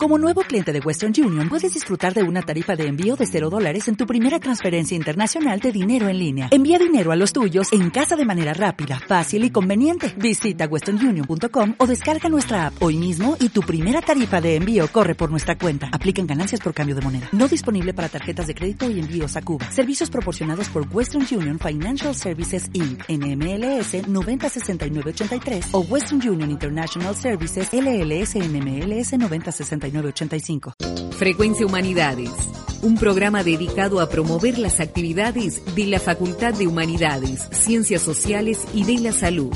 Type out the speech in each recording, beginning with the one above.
Como nuevo cliente de Western Union, puedes disfrutar de una tarifa de envío de $0 en tu primera transferencia internacional de dinero en línea. Envía dinero a los tuyos en casa de manera rápida, fácil y conveniente. Visita westernunion.com o descarga nuestra app hoy mismo y tu primera tarifa de envío corre por nuestra cuenta. Aplican ganancias por cambio de moneda. No disponible para tarjetas de crédito y envíos a Cuba. Servicios proporcionados por Western Union Financial Services Inc. NMLS 906983 o Western Union International Services LLS NMLS 906985. Frecuencia Humanidades, un programa dedicado a promover las actividades de la Facultad de Humanidades, Ciencias Sociales y de la Salud.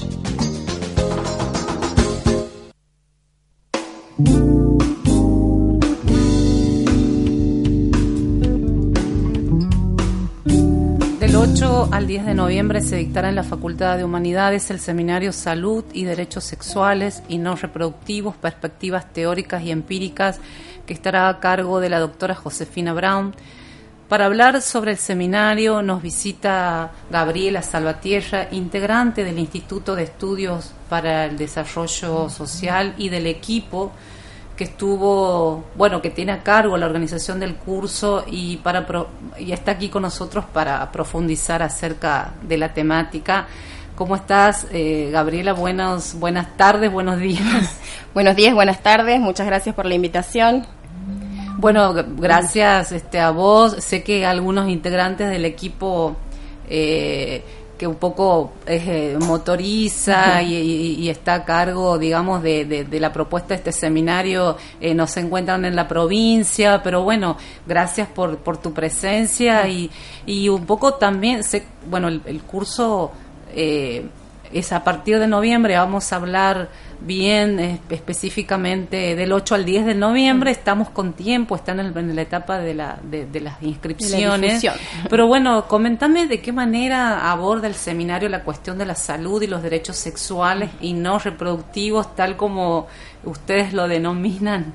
Del 8 al 10 de noviembre se dictará en la Facultad de Humanidades el seminario Salud y Derechos Sexuales y No Reproductivos, Perspectivas Teóricas y Empíricas, que estará a cargo de la doctora Josefina Brown. Para hablar sobre el seminario nos visita Gabriela Salvatierra, integrante del Instituto de Estudios para el Desarrollo Social y del equipo que que tiene a cargo la organización del curso y está aquí con nosotros para profundizar acerca de la temática. ¿Cómo estás, Gabriela? Buenas tardes, buenos días. Buenos días, buenas tardes. Muchas gracias por la invitación. Bueno, gracias a vos. Sé que algunos integrantes del equipo que un poco motoriza y está a cargo, digamos, de la propuesta de este seminario, no se encuentran en la provincia, pero bueno, gracias por tu presencia y un poco también, el curso es a partir de noviembre. Vamos a hablar bien específicamente del 8 al 10 de noviembre. Estamos con tiempo, están en la etapa de las inscripciones. Pero bueno, coméntame de qué manera aborda el seminario la cuestión de la salud y los derechos sexuales y no reproductivos, tal como ustedes lo denominan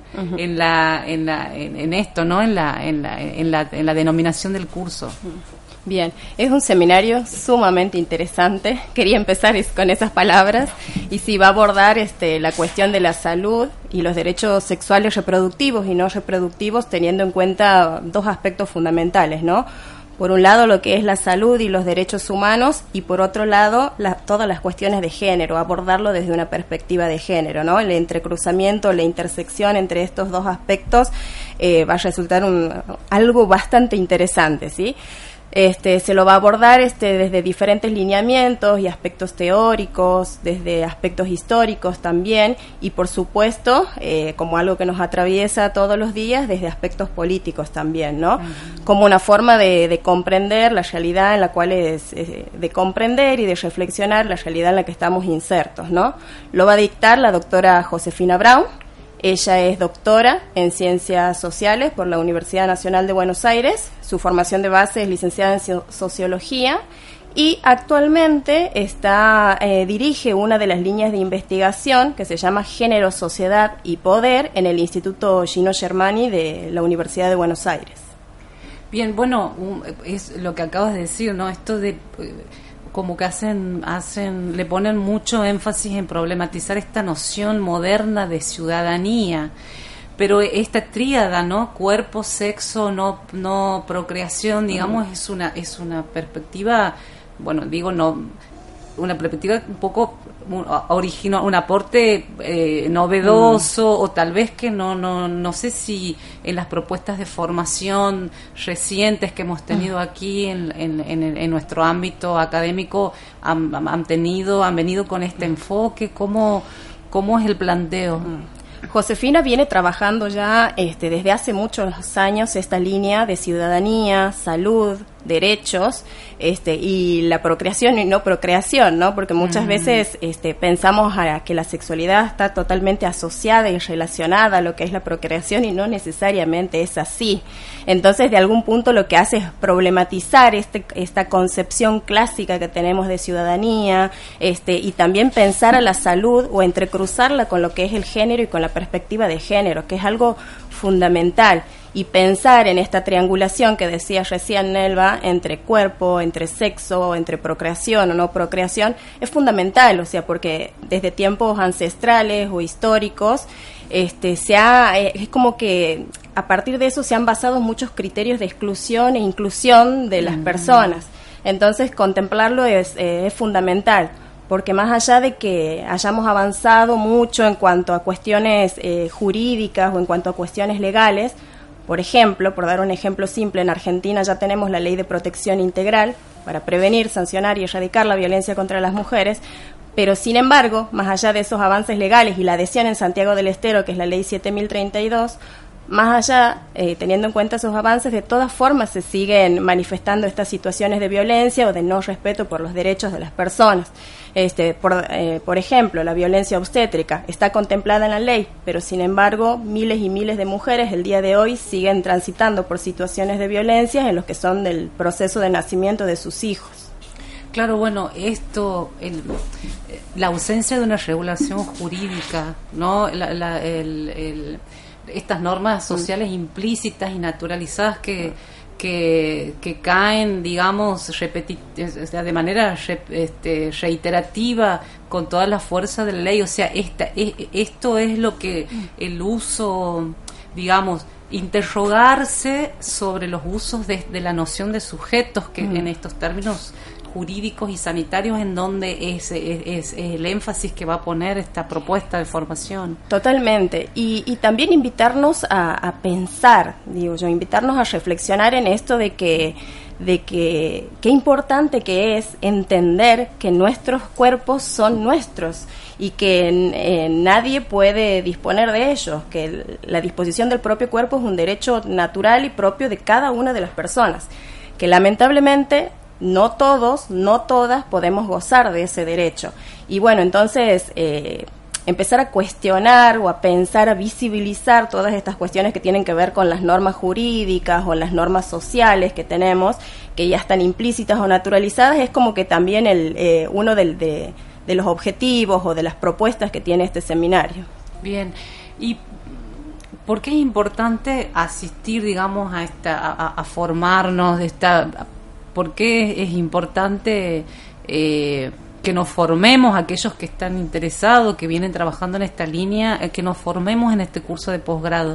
en esto, ¿no? En la denominación del curso. Bien, es un seminario sumamente interesante. Quería empezar con esas palabras. Y sí, va a abordar la cuestión de la salud y los derechos sexuales reproductivos y no reproductivos, teniendo en cuenta dos aspectos fundamentales, ¿no? Por un lado, lo que es la salud y los derechos humanos, y por otro lado, todas las cuestiones de género, abordarlo desde una perspectiva de género, ¿no? El entrecruzamiento, la intersección entre estos dos aspectos va a resultar algo bastante interesante, ¿sí? Se lo va a abordar desde diferentes lineamientos y aspectos teóricos, desde aspectos históricos también, y por supuesto, como algo que nos atraviesa todos los días, desde aspectos políticos también, ¿no? Uh-huh. Como una forma de comprender la realidad en la cual de comprender y de reflexionar la realidad en la que estamos insertos, ¿no? Lo va a dictar la doctora Josefina Brown. Ella es doctora en Ciencias Sociales por la Universidad Nacional de Buenos Aires. Su formación de base es licenciada en Sociología y actualmente dirige una de las líneas de investigación que se llama Género, Sociedad y Poder en el Instituto Gino Germani de la Universidad de Buenos Aires. Bien, bueno, es lo que acabas de decir, ¿no? Esto de como que le ponen mucho énfasis en problematizar esta noción moderna de ciudadanía, pero esta tríada, ¿no? Cuerpo, sexo, no procreación, digamos, es una perspectiva, una perspectiva un poco original, un aporte novedoso, o tal vez que no sé si en las propuestas de formación recientes que hemos tenido aquí en nuestro ámbito académico han venido con este enfoque. ¿Cómo es el planteo? Josefina viene trabajando ya desde hace muchos años esta línea de ciudadanía, salud, derechos, y la procreación y no procreación, ¿no? Porque muchas veces pensamos que la sexualidad está totalmente asociada y relacionada a lo que es la procreación, y no necesariamente es así. Entonces, de algún punto lo que hace es problematizar esta concepción clásica que tenemos de ciudadanía, y también pensar a la salud o entrecruzarla con lo que es el género y con la perspectiva de género, que es algo fundamental. Y pensar en esta triangulación que decía recién Nelva, entre cuerpo, entre sexo, entre procreación o no procreación, es fundamental, o sea, porque desde tiempos ancestrales o históricos es como que a partir de eso se han basado muchos criterios de exclusión e inclusión de las personas. Entonces, contemplarlo es fundamental, porque más allá de que hayamos avanzado mucho en cuanto a cuestiones jurídicas o en cuanto a cuestiones legales, por ejemplo, por dar un ejemplo simple, en Argentina ya tenemos la Ley de Protección Integral para prevenir, sancionar y erradicar la violencia contra las mujeres, pero sin embargo, más allá de esos avances legales y la adhesión en Santiago del Estero, que es la Ley 7032, más allá, teniendo en cuenta esos avances, de todas formas se siguen manifestando estas situaciones de violencia o de no respeto por los derechos de las personas. Por ejemplo, la violencia obstétrica está contemplada en la ley, pero sin embargo, miles y miles de mujeres el día de hoy siguen transitando por situaciones de violencia en los que son del proceso de nacimiento de sus hijos. Claro, bueno, la ausencia de una regulación jurídica, ¿no? Estas normas sociales implícitas y naturalizadas que caen, digamos, de manera reiterativa con toda la fuerza de la ley. O sea, esto es lo que el uso, digamos, interrogarse sobre los usos de la noción de sujetos, que en estos términos jurídicos y sanitarios, en donde es el énfasis que va a poner esta propuesta de formación. Totalmente, y también invitarnos a pensar, digo yo, invitarnos a reflexionar en esto de que qué importante que es entender que nuestros cuerpos son nuestros y que nadie puede disponer de ellos, que la disposición del propio cuerpo es un derecho natural y propio de cada una de las personas, que lamentablemente no todos, no todas podemos gozar de ese derecho. Y bueno, entonces empezar a cuestionar o a pensar, a visibilizar todas estas cuestiones que tienen que ver con las normas jurídicas o las normas sociales que tenemos, que ya están implícitas o naturalizadas, es como que también uno de los objetivos o de las propuestas que tiene este seminario. Bien, y ¿por qué es importante asistir, digamos, a formarnos de ¿por qué es importante que nos formemos, aquellos que están interesados, que vienen trabajando en esta línea, que nos formemos en este curso de posgrado?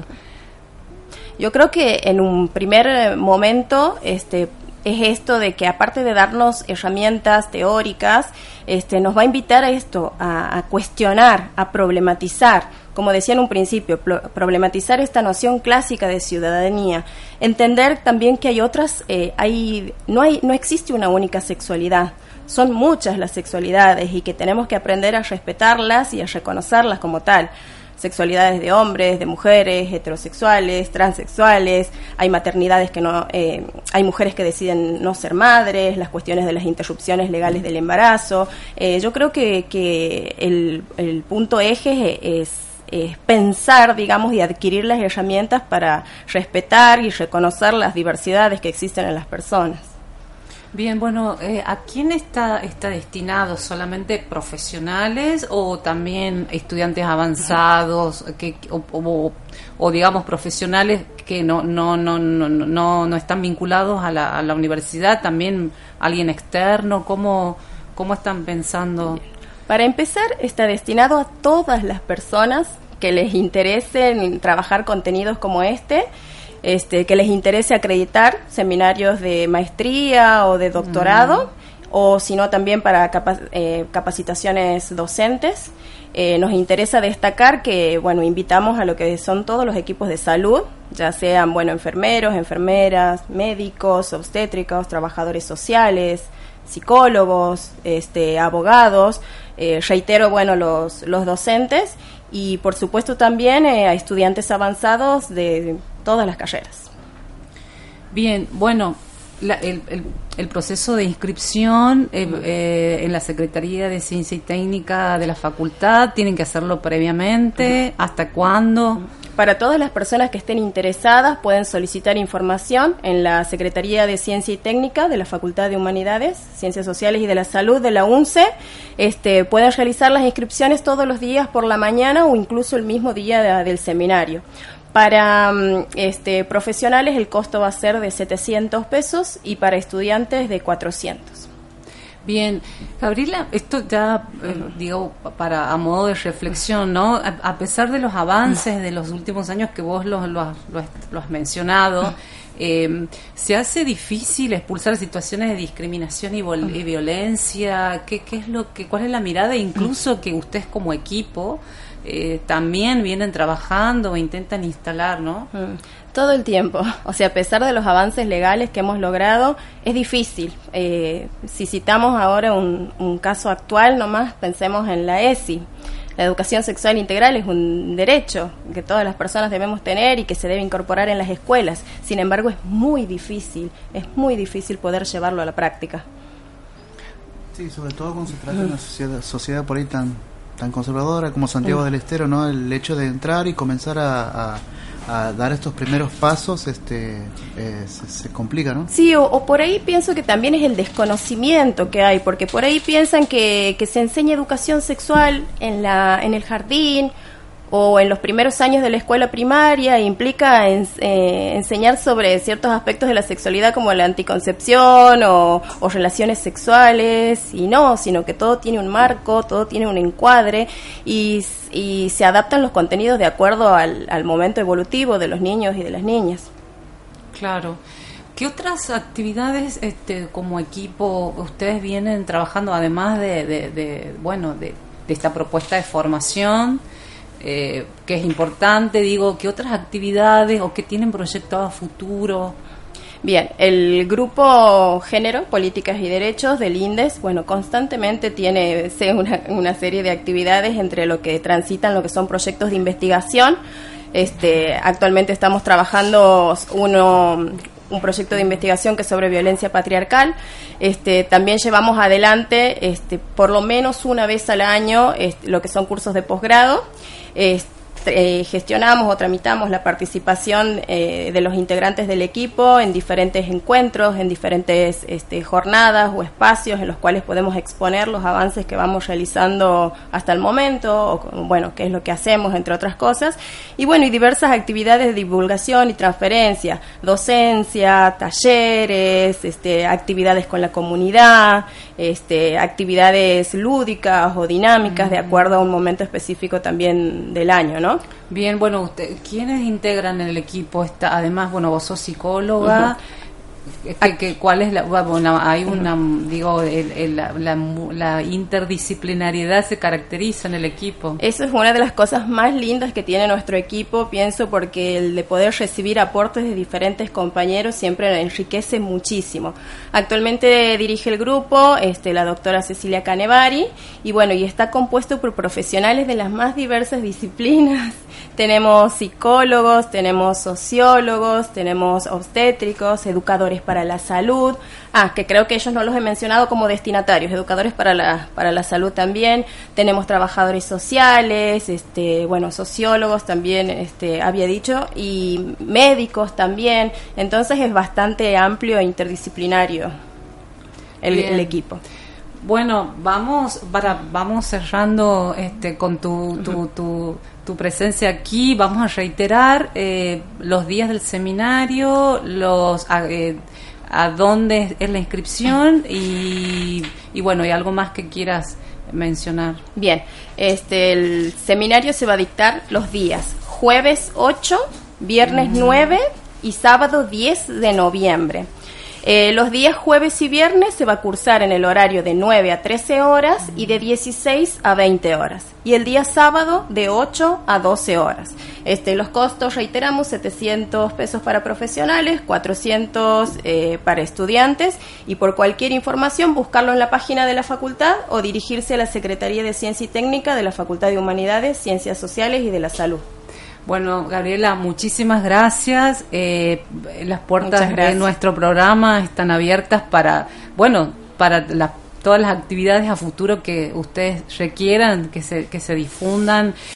Yo creo que en un primer momento es esto de que, aparte de darnos herramientas teóricas, nos va a invitar a esto, a cuestionar, a problematizar, como decía en un principio, problematizar esta noción clásica de ciudadanía, entender también que hay otras, no existe una única sexualidad, son muchas las sexualidades y que tenemos que aprender a respetarlas y a reconocerlas como tal. Sexualidades de hombres, de mujeres, heterosexuales, transexuales, hay maternidades que no, hay mujeres que deciden no ser madres, las cuestiones de las interrupciones legales del embarazo. Yo creo que el punto eje es pensar, digamos, y adquirir las herramientas para respetar y reconocer las diversidades que existen en las personas. Bien, bueno, ¿a quién está destinado? ¿Solamente profesionales o también estudiantes avanzados o digamos profesionales que no están vinculados a la universidad? ¿También alguien externo? ¿Cómo están pensando? Para empezar, está destinado a todas las personas que les interesen trabajar contenidos como que les interese acreditar seminarios de maestría o de doctorado, o sino también para capacitaciones docentes. Nos interesa destacar que, bueno, invitamos a lo que son todos los equipos de salud, ya sean, bueno, enfermeros, enfermeras, médicos, obstétricos, trabajadores sociales, psicólogos, abogados, reitero, bueno, los docentes, y por supuesto también a estudiantes avanzados de todas las carreras. Bien, bueno, el proceso de inscripción en la Secretaría de Ciencia y Técnica de la Facultad, ¿tienen que hacerlo previamente? ¿Hasta cuándo? Para todas las personas que estén interesadas pueden solicitar información en la Secretaría de Ciencia y Técnica de la Facultad de Humanidades, Ciencias Sociales y de la Salud de la UNCE. Pueden realizar las inscripciones todos los días por la mañana o incluso el mismo día del seminario. Para profesionales el costo va a ser de 700 pesos y para estudiantes de 400. Bien, Gabriela, esto ya, digo, a modo de reflexión, ¿no? A pesar de los avances de los últimos años que vos lo has mencionado, ¿se hace difícil expulsar situaciones de discriminación y violencia? ¿Cuál es la mirada, incluso que ustedes como equipo también vienen trabajando o intentan instalar, ¿no? Todo el tiempo. O sea, a pesar de los avances legales que hemos logrado, es difícil. Si citamos ahora un caso actual, nomás pensemos en la ESI. La educación sexual integral es un derecho que todas las personas debemos tener y que se debe incorporar en las escuelas. Sin embargo, es muy difícil poder llevarlo a la práctica. Sí, sobre todo cuando se trata de una sociedad por ahí tan conservadora como Santiago del Estero, ¿no? El hecho de entrar y comenzar a dar estos primeros pasos se complica, ¿no? Sí, o por ahí pienso que también es el desconocimiento que hay, porque por ahí piensan que se enseña educación sexual en el jardín o en los primeros años de la escuela primaria, implica enseñar sobre ciertos aspectos de la sexualidad como la anticoncepción o relaciones sexuales, y no, sino que todo tiene un marco, todo tiene un encuadre y se adaptan los contenidos de acuerdo al momento evolutivo de los niños y de las niñas. Claro. ¿Qué otras actividades como equipo ustedes vienen trabajando, además de esta propuesta de formación? Que es importante, ¿qué otras actividades o qué tienen proyectado a futuro? Bien, el grupo Género, Políticas y Derechos del INDES, constantemente tiene una serie de actividades entre lo que transitan, lo que son proyectos de investigación. Actualmente estamos trabajando un proyecto de investigación que es sobre violencia patriarcal. También llevamos adelante por lo menos una vez al año lo que son cursos de posgrado. Gestionamos o tramitamos la participación de los integrantes del equipo en diferentes encuentros, en diferentes jornadas o espacios en los cuales podemos exponer los avances que vamos realizando hasta el momento, o qué es lo que hacemos, entre otras cosas, y diversas actividades de divulgación y transferencia, docencia, talleres, actividades con la comunidad, actividades lúdicas o dinámicas de acuerdo a un momento específico también del año, ¿no? Bien, ¿quiénes integran el equipo? Además, vos sos psicóloga. ¿Cuál es hay la interdisciplinariedad se caracteriza en el equipo? Eso es una de las cosas más lindas que tiene nuestro equipo, pienso, porque el de poder recibir aportes de diferentes compañeros siempre enriquece muchísimo. Actualmente dirige el grupo la doctora Cecilia Canevari y está compuesto por profesionales de las más diversas disciplinas. Tenemos psicólogos, tenemos sociólogos, tenemos obstétricos, educadores para la salud, que creo que ellos no los he mencionado como destinatarios, educadores para la salud también. Tenemos trabajadores sociales, sociólogos también, había dicho, y médicos también. Entonces es bastante amplio e interdisciplinario el equipo. Bueno, vamos cerrando con tu presencia aquí. Vamos a reiterar los días del seminario, a dónde es la inscripción y algo más que quieras mencionar. Bien, el seminario se va a dictar los días jueves 8, viernes 9 y sábado 10 de noviembre. Los días jueves y viernes se va a cursar en el horario de 9 a 13 horas y de 16 a 20 horas. Y el día sábado de 8 a 12 horas. Los costos, reiteramos, 700 pesos para profesionales, 400 para estudiantes. Y por cualquier información, buscarlo en la página de la facultad o dirigirse a la Secretaría de Ciencia y Técnica de la Facultad de Humanidades, Ciencias Sociales y de la Salud. Bueno, Gabriela, muchísimas gracias. Las puertas de nuestro programa están abiertas para todas las actividades a futuro que ustedes requieran, que se difundan.